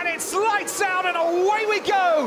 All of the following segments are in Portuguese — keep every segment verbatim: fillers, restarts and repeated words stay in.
and it's lights out and away we go!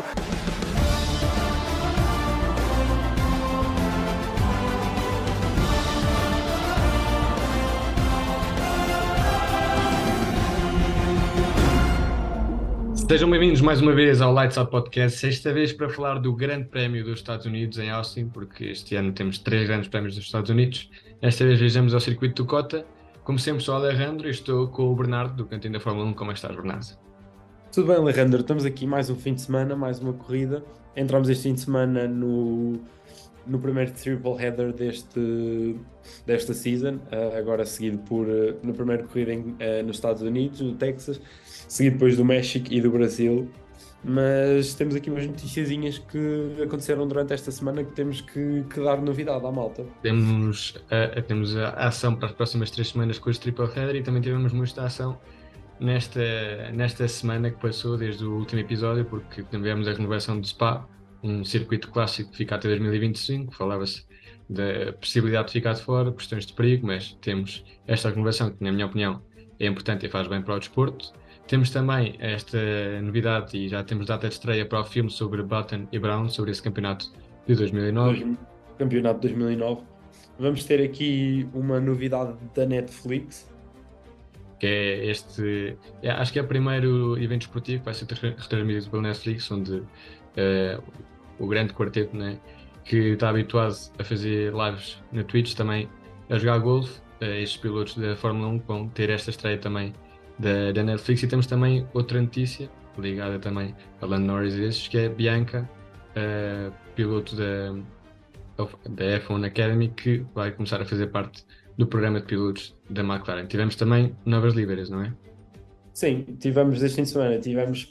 Sejam bem-vindos mais uma vez ao Lights Out Podcast, esta vez para falar do Grande Prémio dos Estados Unidos em Austin, porque este ano temos três grandes prémios dos Estados Unidos. Esta vez viajamos ao circuito do Cota. Como sempre, sou o Alejandro e estou com o Bernardo do Cantinho da Fórmula um. Como é que estás, Bernardo? Tudo bem, Alejandro, estamos aqui mais um fim de semana, mais uma corrida. Entramos este fim de semana no, no primeiro triple header deste, desta season, uh, agora seguido por, uh, na primeira corrida em, uh, nos Estados Unidos, no Texas, seguido depois do México e do Brasil. Mas temos aqui umas noticiazinhas que aconteceram durante esta semana que temos que, que dar novidade à malta. Temos, uh, temos a ação para as próximas três semanas com os triple header e também tivemos muita ação nesta, nesta semana que passou desde o último episódio, porque tivemos a renovação de Spa, um circuito clássico que fica até dois mil e vinte e cinco. Falava-se da possibilidade de ficar de fora, questões de perigo, mas temos esta renovação que, na minha opinião, é importante e faz bem para o desporto. Temos também esta novidade e já temos data de estreia para o filme sobre Button e Brown, sobre esse campeonato de dois mil e nove. Campeonato de dois mil e nove. Vamos ter aqui uma novidade da Netflix. Que é este, é, acho que é o primeiro evento esportivo que vai ser retransmitido pela Netflix, onde uh, o grande quarteto, né, que está habituado a fazer lives na Twitch, também a jogar golfe, uh, estes pilotos da Fórmula um vão ter esta estreia também Da, da Netflix. E temos também outra notícia ligada também a Lando Norris, esses, que é Bianca, uh, piloto da, da F um Academy, que vai começar a fazer parte do programa de pilotos da McLaren. Tivemos também novas líderes, não é? Sim, tivemos este fim de semana, tivemos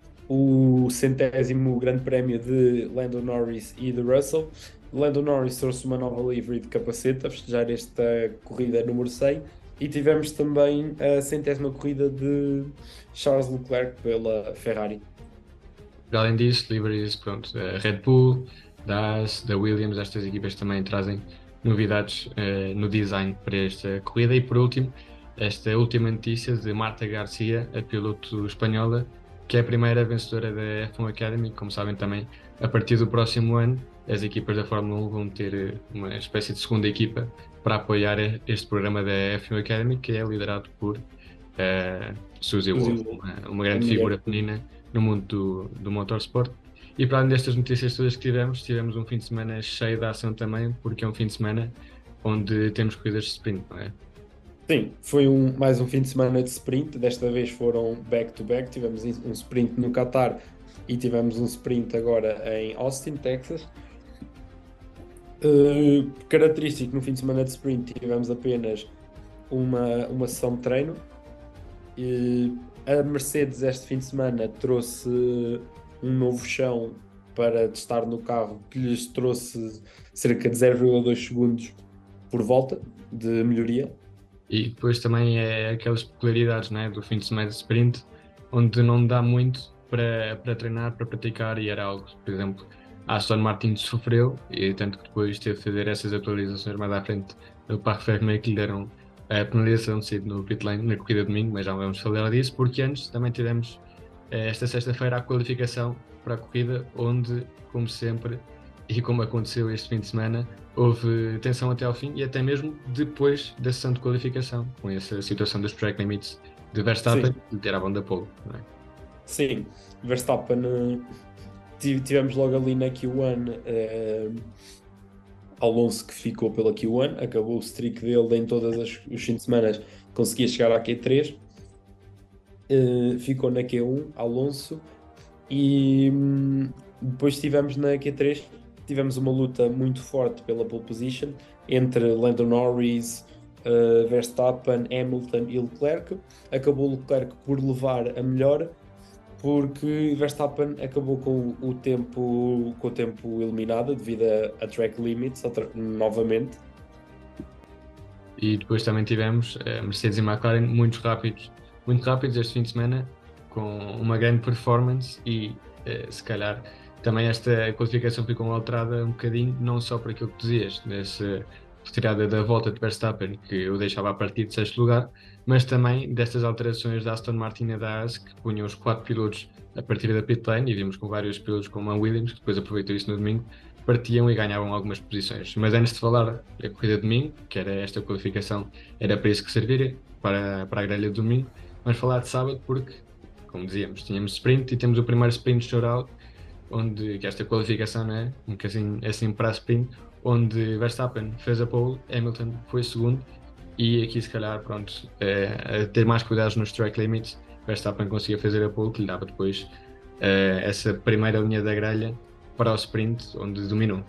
o centésimo grande prémio de Lando Norris e de Russell. Lando Norris trouxe uma nova livery de capacete a festejar esta corrida número cem. E tivemos também a centésima corrida de Charles Leclerc pela Ferrari. Além disso, liveries, pronto, a Red Bull, da Haas, da Williams, estas equipas também trazem novidades uh, no design para esta corrida. E por último, esta última notícia de Marta Garcia, a piloto espanhola, que é a primeira vencedora da F um Academy. Como sabem também, a partir do próximo ano, as equipas da Fórmula um vão ter uma espécie de segunda equipa para apoiar este programa da F um Academy, que é liderado por uh, Suzy Wolff, uma, uma grande figura feminina no mundo do, do motorsport. E para além destas notícias todas que tivemos, tivemos um fim de semana cheio de ação também, porque é um fim de semana onde temos corridas de sprint, não é? Sim, foi um, mais um fim de semana de sprint. Desta vez foram back-to-back. Tivemos um sprint no Qatar e tivemos um sprint agora em Austin, Texas. Uh, característico, no fim de semana de sprint tivemos apenas uma, uma sessão de treino. Uh, a Mercedes este fim de semana trouxe um novo chão para testar no carro, que lhes trouxe cerca de zero vírgula dois segundos por volta de melhoria. E depois também é aquelas peculiaridades, não é, do fim de semana de sprint, onde não dá muito para, para treinar, para praticar, e era algo, por exemplo, a Aston Martin sofreu, e tanto que depois teve de fazer essas atualizações mais à frente no Parque Fermé, que lhe deram a penalização de sair no pit lane na corrida de domingo, mas já vamos falar disso, porque antes também tivemos esta sexta-feira a qualificação para a corrida, onde, como sempre, e como aconteceu este fim de semana, houve tensão até ao fim e até mesmo depois da sessão de qualificação, com essa situação dos track limits de Verstappen, de ter a banda pole, não é? Sim, Verstappen... Tivemos logo ali na Q um uh, Alonso, que ficou pela Q um, acabou o streak dele em todas as, os fins de semana, conseguia chegar à Q três, uh, ficou na Q um, Alonso, e um, depois tivemos na Q três, tivemos uma luta muito forte pela pole position entre Lando Norris, uh, Verstappen, Hamilton e Leclerc. Acabou Leclerc por levar a melhor, porque Verstappen acabou com o tempo, com o tempo eliminado devido a, a track limits outra, novamente. E depois também tivemos uh, Mercedes e McLaren muito rápidos, muito rápidos este fim de semana, com uma grande performance e uh, se calhar também esta qualificação ficou alterada um bocadinho, não só por aquilo que dizias, desse retirada da volta de Verstappen, que o deixava a partir de sexto lugar, mas também destas alterações da Aston Martin e da Haas, que punham os quatro pilotos a partir da pit lane, e vimos com vários pilotos como a Williams, que depois aproveitou isso no domingo, partiam e ganhavam algumas posições. Mas antes de falar da corrida de domingo, que era esta qualificação, era para isso que serviria, para, para a grelha de domingo, vamos falar de sábado porque, como dizíamos, tínhamos sprint e temos o primeiro sprint shootout, onde que esta qualificação, né, um bocadinho assim para a sprint, onde Verstappen fez a pole, Hamilton foi segundo, e aqui se calhar, pronto, é, a ter mais cuidados nos track limits, Verstappen conseguia fazer a pole, que lhe dava depois é, essa primeira linha da grelha para o sprint, onde dominou.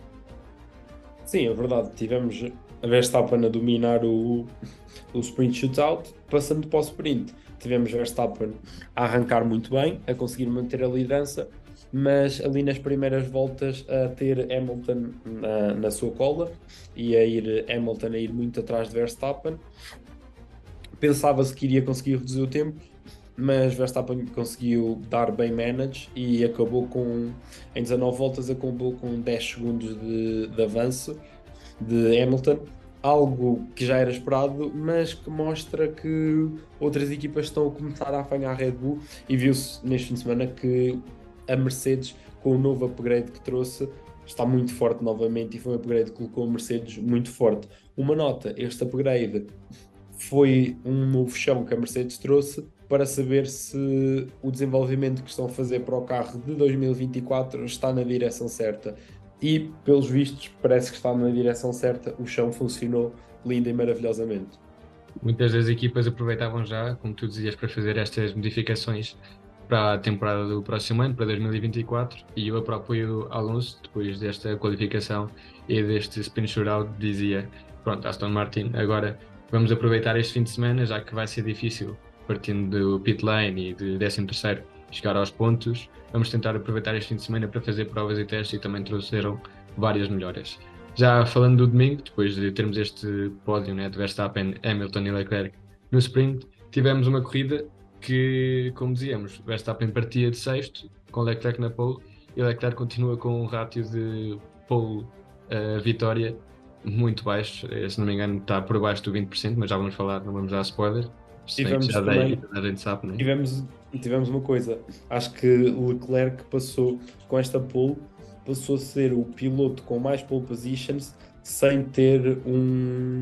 Sim, é verdade. Tivemos a Verstappen a dominar o, o sprint shootout, passando para o sprint. Tivemos Verstappen a arrancar muito bem, a conseguir manter a liderança, mas ali nas primeiras voltas a ter Hamilton na, na sua cola e a ir Hamilton a ir muito atrás de Verstappen. Pensava-se que iria conseguir reduzir o tempo, mas Verstappen conseguiu dar bem manage e acabou com, em dezanove voltas, acabou com dez segundos de, de avanço de Hamilton, algo que já era esperado, mas que mostra que outras equipas estão a começar a apanhar a Red Bull, e viu-se neste fim de semana que a Mercedes, com o novo upgrade que trouxe, está muito forte novamente, e foi um upgrade que colocou a Mercedes muito forte. Uma nota, este upgrade foi um novo chão que a Mercedes trouxe para saber se o desenvolvimento que estão a fazer para o carro de dois mil e vinte e quatro está na direção certa. E, pelos vistos, parece que está na direção certa. O chão funcionou lindo e maravilhosamente. Muitas das equipas aproveitavam já, como tu dizias, para fazer estas modificações para a temporada do próximo ano, para dois mil e vinte e quatro, e o próprio Alonso, depois desta qualificação e deste spin shootout, dizia: pronto, Aston Martin, agora vamos aproveitar este fim de semana, já que vai ser difícil, partindo do pit lane e de décimo terceiro, chegar aos pontos. Vamos tentar aproveitar este fim de semana para fazer provas e testes, e também trouxeram várias melhoras. Já falando do domingo, depois de termos este pódio, né, de Verstappen, Hamilton e Leclerc no sprint, tivemos uma corrida que, como dizíamos, Verstappen partia de sexto, com Leclerc na pole, e Leclerc continua com um ratio de pole uh, vitória muito baixo. Se não me engano está por baixo do vinte por cento, mas já vamos falar, não vamos dar spoiler. Tivemos já também, dei, a gente sabe, né? tivemos, tivemos uma coisa, acho que Leclerc passou com esta pole, passou a ser o piloto com mais pole positions sem ter um,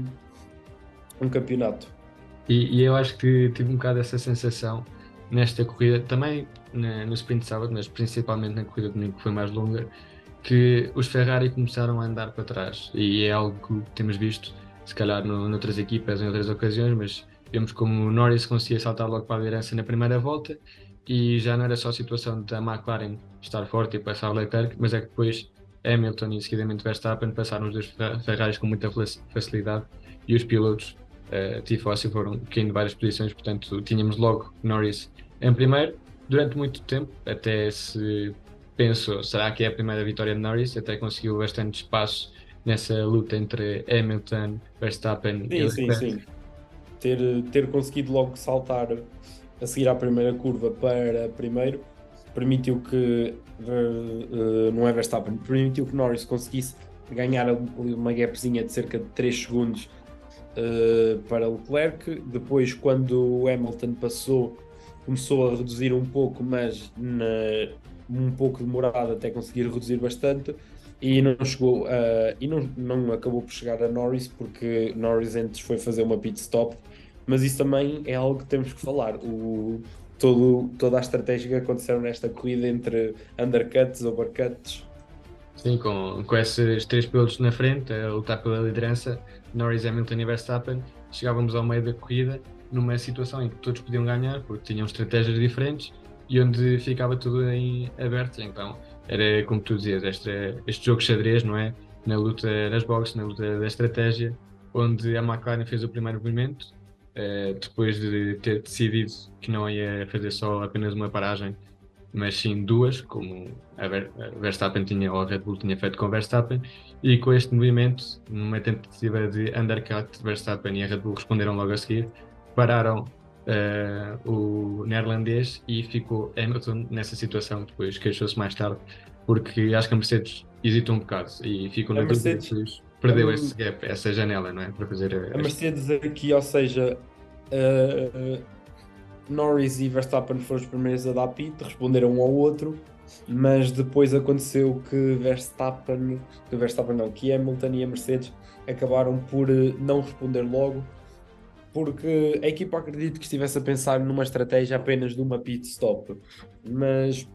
um campeonato. E, e eu acho que tive um bocado essa sensação nesta corrida, também na, no sprint de sábado, mas principalmente na corrida de domingo, que foi mais longa, que os Ferrari começaram a andar para trás, e é algo que temos visto, se calhar no, noutras equipas, em outras ocasiões, mas vemos como o Norris conseguia saltar logo para a liderança na primeira volta, e já não era só a situação da McLaren estar forte e passar o Leclerc, mas é que depois Hamilton e seguidamente Verstappen passaram os dois Ferraris com muita facilidade, e os pilotos uh, Tifosi foram caindo várias posições. Portanto tínhamos logo Norris em primeiro durante muito tempo, até se pensou, será que é a primeira vitória de Norris? Até conseguiu bastante espaço nessa luta entre Hamilton, Verstappen Sim, e Leclerc. sim, sim. Ter, ter conseguido logo saltar a seguir à primeira curva para primeiro permitiu que uh, não é Verstappen, permitiu que Norris conseguisse ganhar uma gapzinha de cerca de três segundos uh, para Leclerc. Depois, quando o Hamilton passou, começou a reduzir um pouco, mas na, um pouco demorado até conseguir reduzir bastante, e não chegou uh, e não, não acabou por chegar a Norris, porque Norris antes foi fazer uma pit stop. Mas isso também é algo que temos que falar, o, todo, toda a estratégia que aconteceu nesta corrida entre undercuts, overcuts. Sim, com, com esses três pilotos na frente a lutar pela liderança, Norris, Hamilton e Verstappen, chegávamos ao meio da corrida numa situação em que todos podiam ganhar, porque tinham estratégias diferentes e onde ficava tudo em aberto. Então era, como tu dizias, este, este jogo xadrez, não é? Na luta das boxes, na luta da estratégia, onde a McLaren fez o primeiro movimento, uh, depois de ter decidido que não ia fazer só apenas uma paragem, mas sim duas, como a Verstappen tinha, ou a Red Bull tinha feito com Verstappen, e com este movimento, numa tentativa de undercut, Verstappen e a Red Bull responderam logo a seguir, pararam uh, o neerlandês, e ficou Hamilton nessa situação. Depois queixou-se mais tarde, porque acho que a Mercedes hesitou um bocado e ficou A na Mercedes, dúvida. perdeu Hum, esse gap, essa janela, não é? Para fazer a esta. Mercedes aqui, ou seja, uh, Norris e Verstappen foram os primeiros a dar pit, responderam um ao outro, mas depois aconteceu que Verstappen, que Verstappen não, que Hamilton e a Mercedes acabaram por uh, não responder logo, porque a equipa acredito que estivesse a pensar numa estratégia apenas de uma pit stop, mas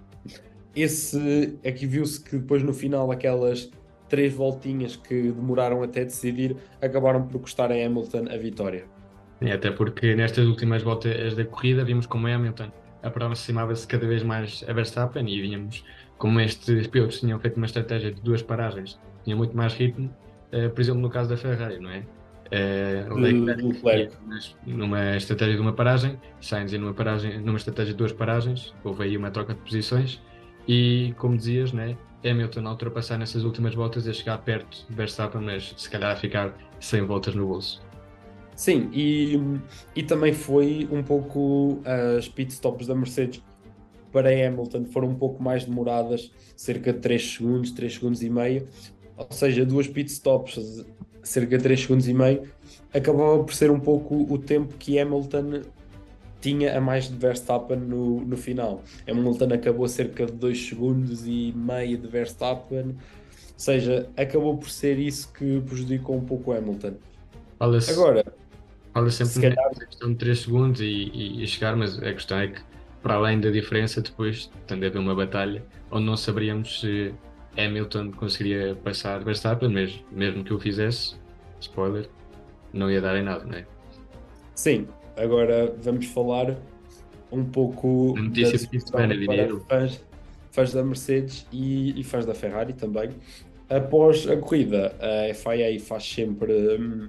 esse aqui viu-se que depois no final aquelas três voltinhas que demoraram até decidir acabaram por custar a Hamilton a vitória. E até porque nestas últimas voltas da corrida vimos como Hamilton aproximava-se cada vez mais a Verstappen e víamos como estes pilotos tinham feito uma estratégia de duas paragens, tinham muito mais ritmo, eh, por exemplo no caso da Ferrari, não é? Eh, De, de Leclerc ia Leclerc. nas- numa estratégia de uma paragem, Sainz ia numa paragem, numa estratégia de duas paragens, houve aí uma troca de posições e, como dizias, né, Hamilton a ultrapassar nessas últimas voltas a chegar perto de Verstappen, mas se calhar a ficar cem voltas no bolso. Sim, e, e também foi um pouco as pit stops da Mercedes para Hamilton foram um pouco mais demoradas, cerca de três segundos, três segundos e meio, ou seja, duas pit stops, cerca de três segundos e meio, acabava por ser um pouco o tempo que Hamilton tinha a mais de Verstappen no, no final. Hamilton acabou cerca de dois segundos e meio de Verstappen, ou seja, acabou por ser isso que prejudicou um pouco Hamilton. Fala-se Agora, fala se sempre calhar, nessa questão de três segundos e, e, e chegar, mas a questão é que, para além da diferença, depois tende a haver uma batalha onde não saberíamos se Hamilton conseguiria passar Verstappen, mas mesmo que o fizesse, spoiler, não ia dar em nada, não é? sim, agora vamos falar um pouco A da notícia do fim de semana, discussão diria para eu. fãs, fãs da Mercedes e, e fãs da Ferrari também. Após a corrida, a F I A faz sempre hum,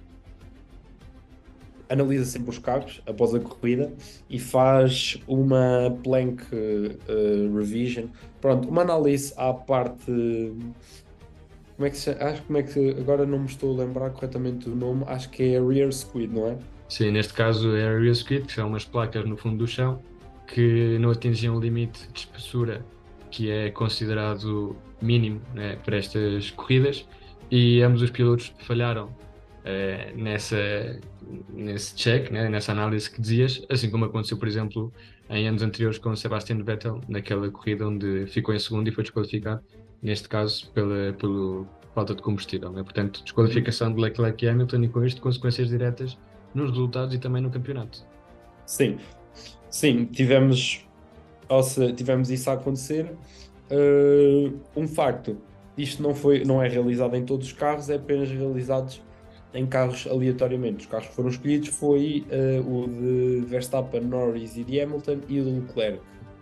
analisa sempre os carros após a corrida e faz uma plank uh, revision. Pronto, uma análise à parte. Como é que se chama? Acho como é que agora não me estou a lembrar corretamente do nome. Acho que é rear squid, não é? Sim, neste caso é a Real Skid, que são umas placas no fundo do chão que não atingiam o limite de espessura que é considerado mínimo, né, para estas corridas e ambos os pilotos falharam eh, nessa, nesse check, né, nessa análise que dizias, assim como aconteceu, por exemplo, em anos anteriores com o Sebastian Vettel, naquela corrida onde ficou em segundo e foi desqualificado, neste caso pela, pelo falta de combustível. Né? Portanto, desqualificação de Leclerc e Hamilton e com isto consequências diretas nos resultados e também no campeonato. Sim, sim, tivemos, ou seja, tivemos isso a acontecer. Uh, um facto, isto não foi, não é realizado em todos os carros, é apenas realizado em carros aleatoriamente. Os carros que foram escolhidos foi uh, o de Verstappen, Norris e de Hamilton e o de Leclerc.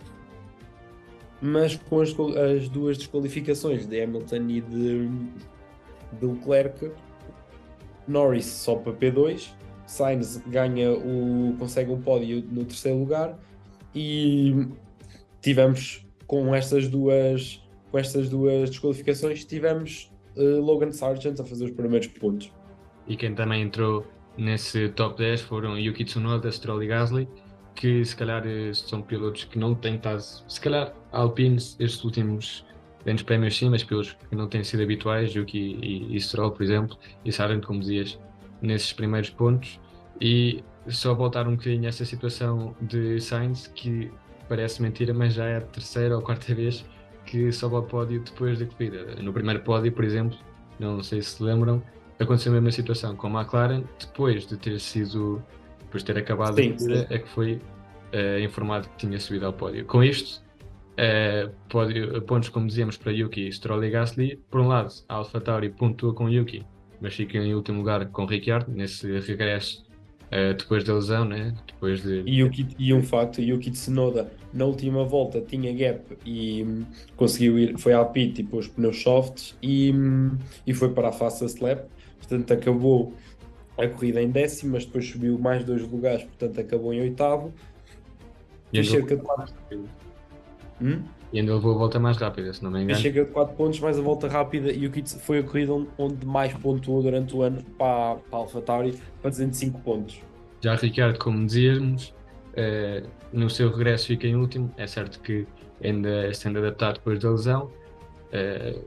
Mas com as, as duas desqualificações de Hamilton e de, de Leclerc, Norris só para P dois, Sainz ganha o, consegue um pódio no terceiro lugar e tivemos com estas duas com estas duas desqualificações tivemos uh, Logan Sargent a fazer os primeiros pontos. E quem também entrou nesse top dez foram Yuki Tsunoda, Stroll e Gasly, que se calhar eh, são pilotos que não têm estado, se calhar Alpine estes últimos grandes prémios sim, mas pilotos que não têm sido habituais, Yuki e, e Stroll, por exemplo, e Sargent, como dizias, nesses primeiros pontos. E só voltar um bocadinho a essa situação de Sainz, que parece mentira, mas já é a terceira ou quarta vez que sobe ao pódio depois da corrida. No primeiro pódio, por exemplo, não sei se se lembram, aconteceu a mesma situação com a McLaren, depois de ter sido, depois de ter acabado a Sim, corrida, sim. é que foi uh, informado que tinha subido ao pódio. Com isto, uh, pódio, pontos, como dizíamos, para Yuki, Stroll e Gasly. Por um lado, a AlphaTauri pontua com Yuki, mas fica em último lugar com Ricciardo, nesse regresso uh, depois da lesão, né? Depois de... E, Yuki, e um facto, Yuki Tsunoda na última volta tinha gap e hum, conseguiu ir, foi à pit e pôs pneus softs e, hum, e foi para a fastest lap, portanto acabou a corrida em décimo, mas depois subiu mais dois lugares, portanto acabou em oitavo. E Fez ainda cerca de levou quatro, mais rápido. hum? E ainda levou a volta mais rápida, se não me Fez engano. cerca de quatro pontos, mais a volta rápida e o Yuki foi a corrida onde, onde mais pontuou durante o ano para, para a AlphaTauri, para duzentos e cinco pontos. Já Ricciardo, como dizíamos, eh, no seu regresso fica em último. É certo que ainda se tende a adaptar depois da lesão. Eh,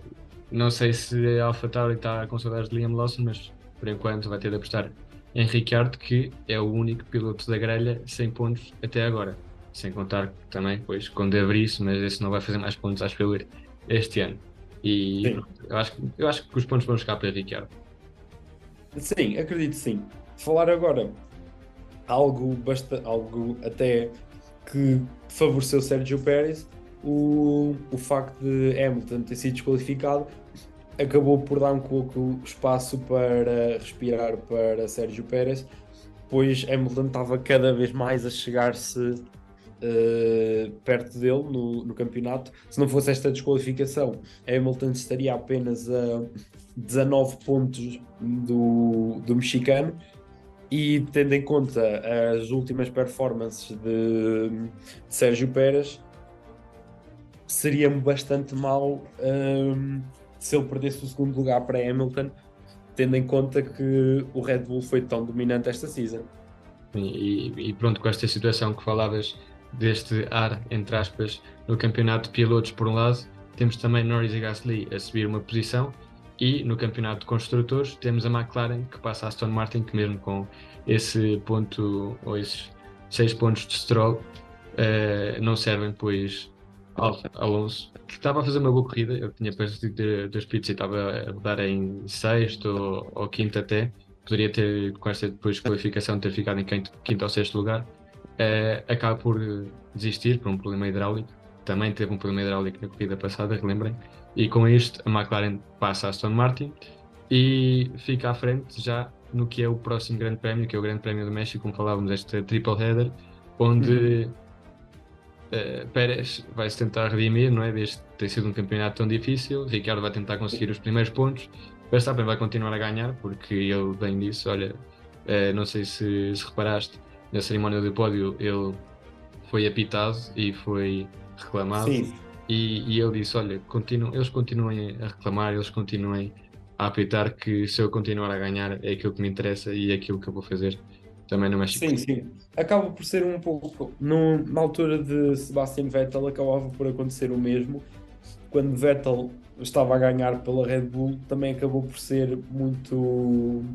Não sei se a AlphaTauri está com saudades de Liam Lawson, mas por enquanto vai ter de apostar em Ricciardo, que é o único piloto da grelha sem pontos até agora. Sem contar também, pois, com De Vries, mas esse não vai fazer mais pontos, acho que ele este ano. E Sim. pronto, eu acho, eu acho que os pontos vão ficar para Ricciardo. Sim, acredito sim. Falar agora algo, basta, algo até que favoreceu Sérgio Pérez, o, o facto de Hamilton ter sido desqualificado acabou por dar um pouco espaço para respirar para Sérgio Pérez, pois Hamilton estava cada vez mais a chegar-se uh, perto dele no, no campeonato. Se não fosse esta desqualificação, Hamilton estaria apenas a dezanove pontos do, do mexicano. E tendo em conta as últimas performances de, de Sérgio Pérez, seria-me bastante mal um, se ele perdesse o segundo lugar para Hamilton, tendo em conta que o Red Bull foi tão dominante esta season. E, e pronto, com esta situação que falavas deste ar, entre aspas, no campeonato de pilotos por um lado, temos também Norris e Gasly a subir uma posição, e no campeonato de construtores temos a McLaren que passa a Aston Martin, que mesmo com esse ponto, ou esses seis pontos de Stroll, uh, não servem, pois Alonso, que estava a fazer uma boa corrida, eu tinha partido dos pits e estava a rodar em sexto ou, ou quinto até, poderia ter, com esta depois qualificação, ter ficado em quinto, quinto ou sexto lugar, uh, acaba por desistir por um problema hidráulico. Também teve um problema hidráulico na corrida passada, relembrem, e com isto a McLaren passa a Aston Martin e fica à frente já no que é o próximo grande prémio, que é o Grande Prémio do México, como falávamos, este triple header, onde uh, Pérez vai se tentar redimir, não é? Desde ter sido um campeonato tão difícil. Ricciardo vai tentar conseguir os primeiros pontos, Verstappen vai continuar a ganhar, porque ele bem disse, olha, uh, não sei se, se reparaste, na cerimónia do pódio ele foi apitado e foi reclamado. Sim. E, e ele disse, olha, continuam, eles continuem a reclamar, eles continuem a apitar, que se eu continuar a ganhar é aquilo que me interessa e é aquilo que eu vou fazer também no México. Sim, sim. Acaba por ser um pouco... No, na altura de Sebastian Vettel acabava por acontecer o mesmo. Quando Vettel estava a ganhar pela Red Bull, também acabou por ser muito...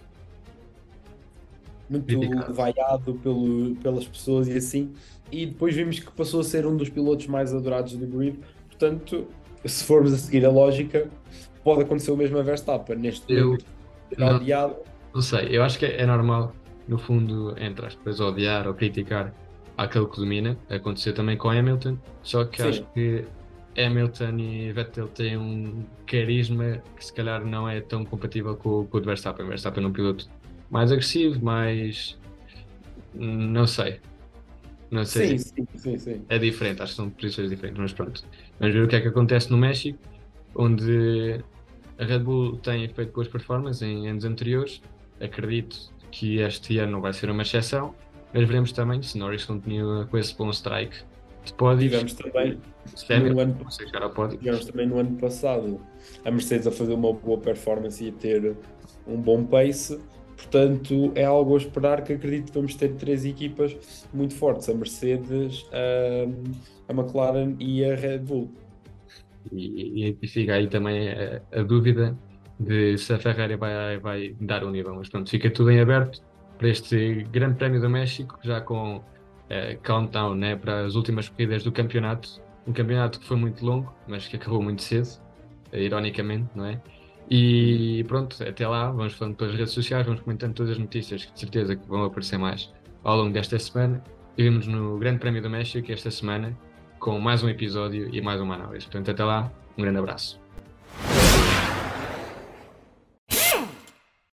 muito Criticado. vaiado pelo, pelas pessoas e assim, e depois vimos que passou a ser um dos pilotos mais adorados do grid. Portanto, se formos a seguir a lógica, pode acontecer o mesmo a Verstappen neste Eu momento, não, odiado. não sei, eu acho que é, é normal, no fundo, entre aspas, odiar ou criticar aquele que domina. Aconteceu também com Hamilton, só que Sim. acho que Hamilton e Vettel têm um carisma que se calhar não é tão compatível com, com o de Verstappen. Verstappen é um piloto mais agressivo, mais... não sei. Não sei, Sim, sim, sim, sim. é diferente, acho que são posições diferentes, mas pronto. Vamos ver o que é que acontece no México, onde a Red Bull tem feito boas performances em anos anteriores. Acredito que este ano não vai ser uma exceção, mas veremos também se Norris continua com esse bom strike de pódios. Tivemos também, Se Hamilton no ano, consegue chegar ao pódio. tivemos também no ano passado a Mercedes a fazer uma boa performance e a ter um bom pace. Portanto, é algo a esperar, que acredito que vamos ter três equipas muito fortes: a Mercedes, a, a McLaren e a Red Bull. E, e fica aí também a, a dúvida de se a Ferrari vai, vai dar um nível, mas pronto, fica tudo em aberto para este Grande Prémio do México, já com uh, countdown, né, para as últimas corridas do campeonato. Um campeonato que foi muito longo, mas que acabou muito cedo, uh, ironicamente, não é? E pronto, até lá, vamos falando pelas redes sociais, vamos comentando todas as notícias que de certeza que vão aparecer mais ao longo desta semana. E vemos no Grande Prémio do México esta semana com mais um episódio e mais uma análise. Portanto, até lá, um grande abraço.